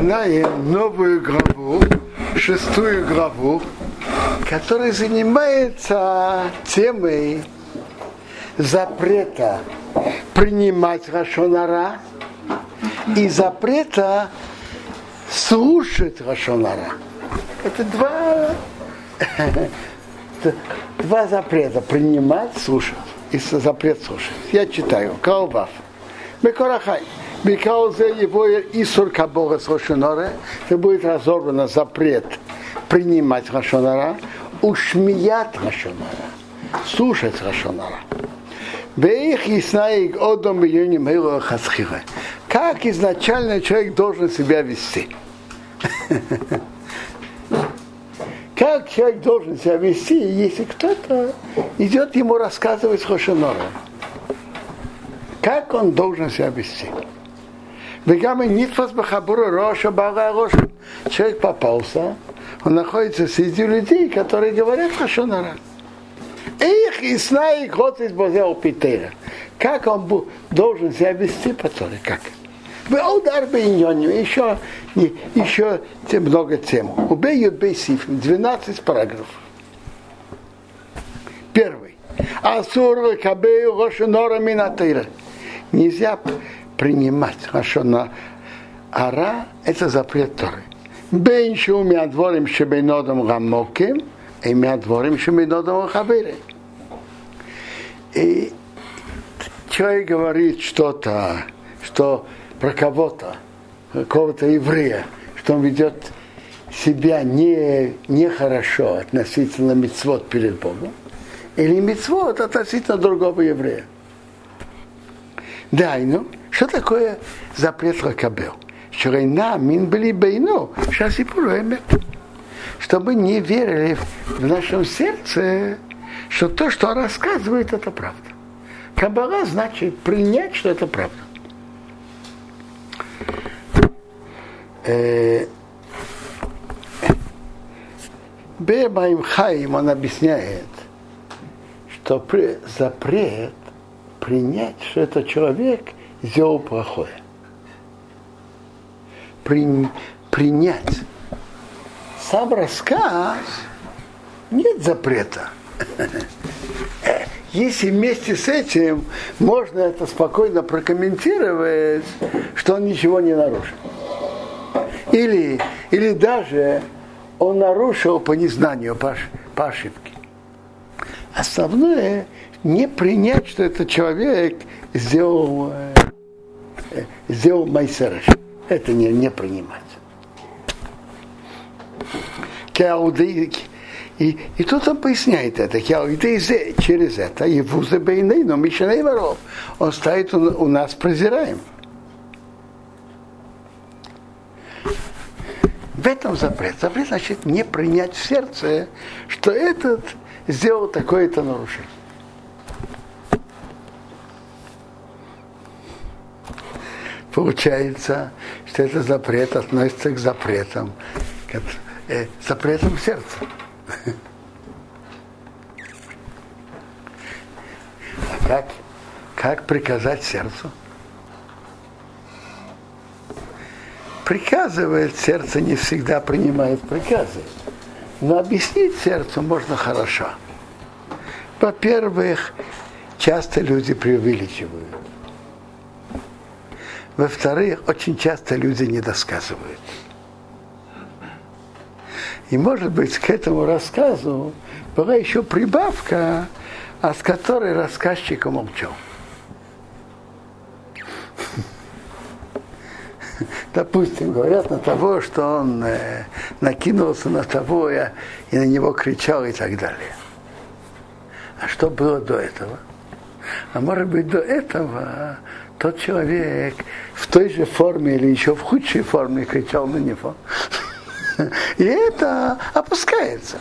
начинаем новую главу, 6 главу, которая занимается темой запрета принимать лашон ара и запрета слушать лашон ара. Это два запрета: принимать, слушать и запрет слушать. Я читаю. Калвав. Бекорахай. Бекаузе его Исур Кабога с лашон ара. Это будет разорвано запрет принимать лашон ара, ушмият лашон ара, слушать лашон ара. Как изначально человек должен себя вести? Как человек должен себя вести, если кто-то идет ему рассказывать лашон ара? Как он должен себя вести? Человек попался, он находится среди людей, которые говорят лашон ара. Как он должен себя вести по Торе? Как? Еще много тем. 12 параграфов. Первый. Нельзя принимать лашон ара, это запрет Торы. Беншу миадворим шебейнодам гамоким, и миадворим шебейнодам хаберы. И человек говорит что-то, что про кого-то, какого-то еврея, что он ведет себя нехорошо относительно мицвот перед Богом, или мицвот относительно другого еврея. Дайну, что такое запрет лакабел? Шрейна мин были бейну, сейчас и пуруем. Чтобы не верили в нашем сердце, что то, что рассказывает, это правда. Каббала значит принять, что это правда. Бебаим Хаим, он объясняет, что запрет принять, что этот человек сделал плохое. Принять сам рассказ, нет запрета. Если вместе с этим можно это спокойно прокомментировать, что он ничего не нарушил. Или даже он нарушил по незнанию, по ошибке. Основное не принять, что этот человек сделал майсераш. Это не принимать. И тут он поясняет это. Через это он стоит у нас презираем. В этом запрет. Запрет значит не принять в сердце, что этот сделал такое-то нарушение. Получается, что этот запрет относится к запретам сердца. А как приказать сердцу? Приказывает сердце, не всегда принимает приказы. Но объяснить сердцу можно хорошо. Во-первых, часто люди преувеличивают. Во-вторых, очень часто люди недосказывают. И, может быть, к этому рассказу была еще прибавка, с которой рассказчик умолчал. Допустим, говорят на того, что он накинулся на того и на него кричал и так далее. А что было до этого? А может быть, до этого тот человек в той же форме или еще в худшей форме кричал на него. И это опускается.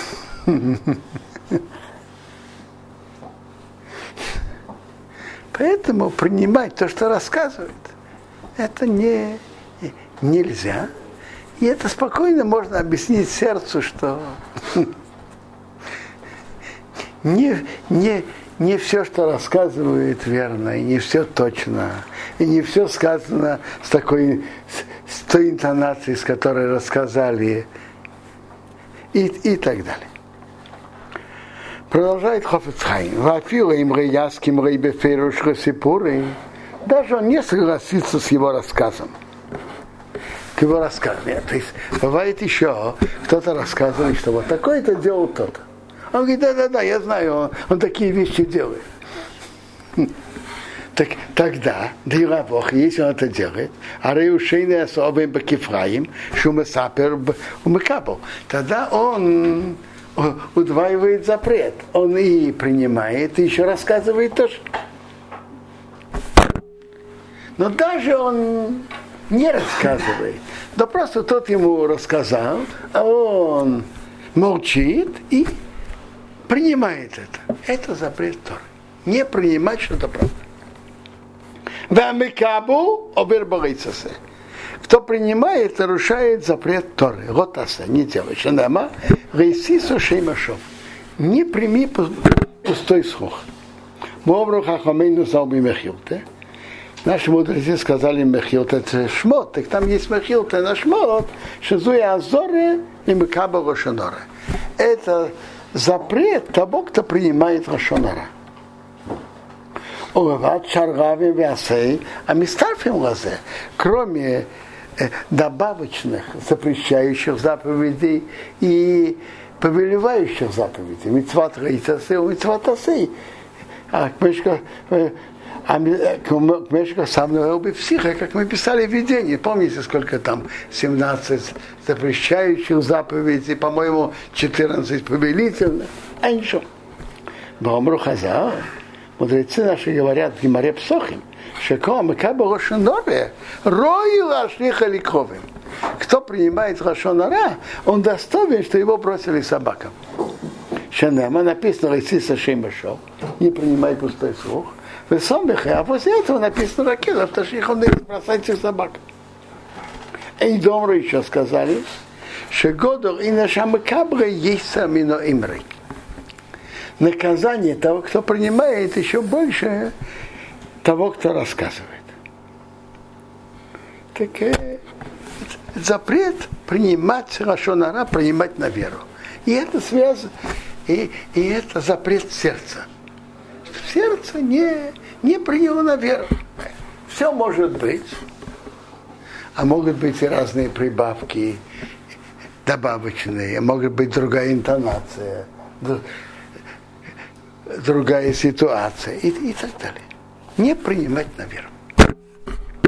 Поэтому принимать то, что рассказывает, это нельзя. И это спокойно можно объяснить сердцу, что не не все, что рассказывает, верно, и не все точно, и не все сказано с той интонацией, с которой рассказали, и так далее. Продолжает Хафец Хаим. Даже он не согласится с его рассказом. К его рассказу. Нет, то есть бывает еще, кто-то рассказывает, что вот такой-то делал тот. Он говорит, да, я знаю, он такие вещи делает. Так, тогда, дыра Бог, если он это делает, ареушейный особый бакифраим, шумасапер умыкабл, тогда он удваивает запрет. Он и принимает, и еще рассказывает тоже. Но даже он не рассказывает. Да просто тот ему рассказал, а он молчит и принимает это. Это запрет Торы. Не принимать что-то правда. Кто принимает, нарушает запрет Торы. Ротаса, не делай. Шанама, рейсису шеймашов. Не прими пустой слух. Наши мудрецы сказали мехилт, это шмот, так там есть мехилт, это шмот, шизуя азоре и мекаба рошонора. Это запрет того, кто принимает рошонора. Уват шаргави вясей, а мистарфим лазе, кроме добавочных запрещающих заповедей и повелевающих заповедей, мицват рейцасы, мицват асей. Кмешка сам бы психа, как мы писали в видении. Помните, сколько там 17 запрещающих заповедей, по-моему, 14 повелительных. А ничего. Бомру хаза. Мудрецы наши говорят в Гемаре Псохим, что кто принимает Рашон-Ара, он достоин, что его бросили собакам. Шанема написано «Рейсиса шеймашов», не принимай пустой слух. А после этого написано «Ракела», потому что их он бросает всех собак. И Домру еще сказали, что Годор и нашам кабры есть самино имры. Наказание того, кто принимает, еще больше того, кто рассказывает. Так запрет принимать Рашон-Ара, принимать на веру. И это связано, и это запрет сердца. Сердце не приняло на веру. Все может быть, а могут быть и разные прибавки, добавочные, может быть другая интонация, другая ситуация и так далее. Не принимать на веру.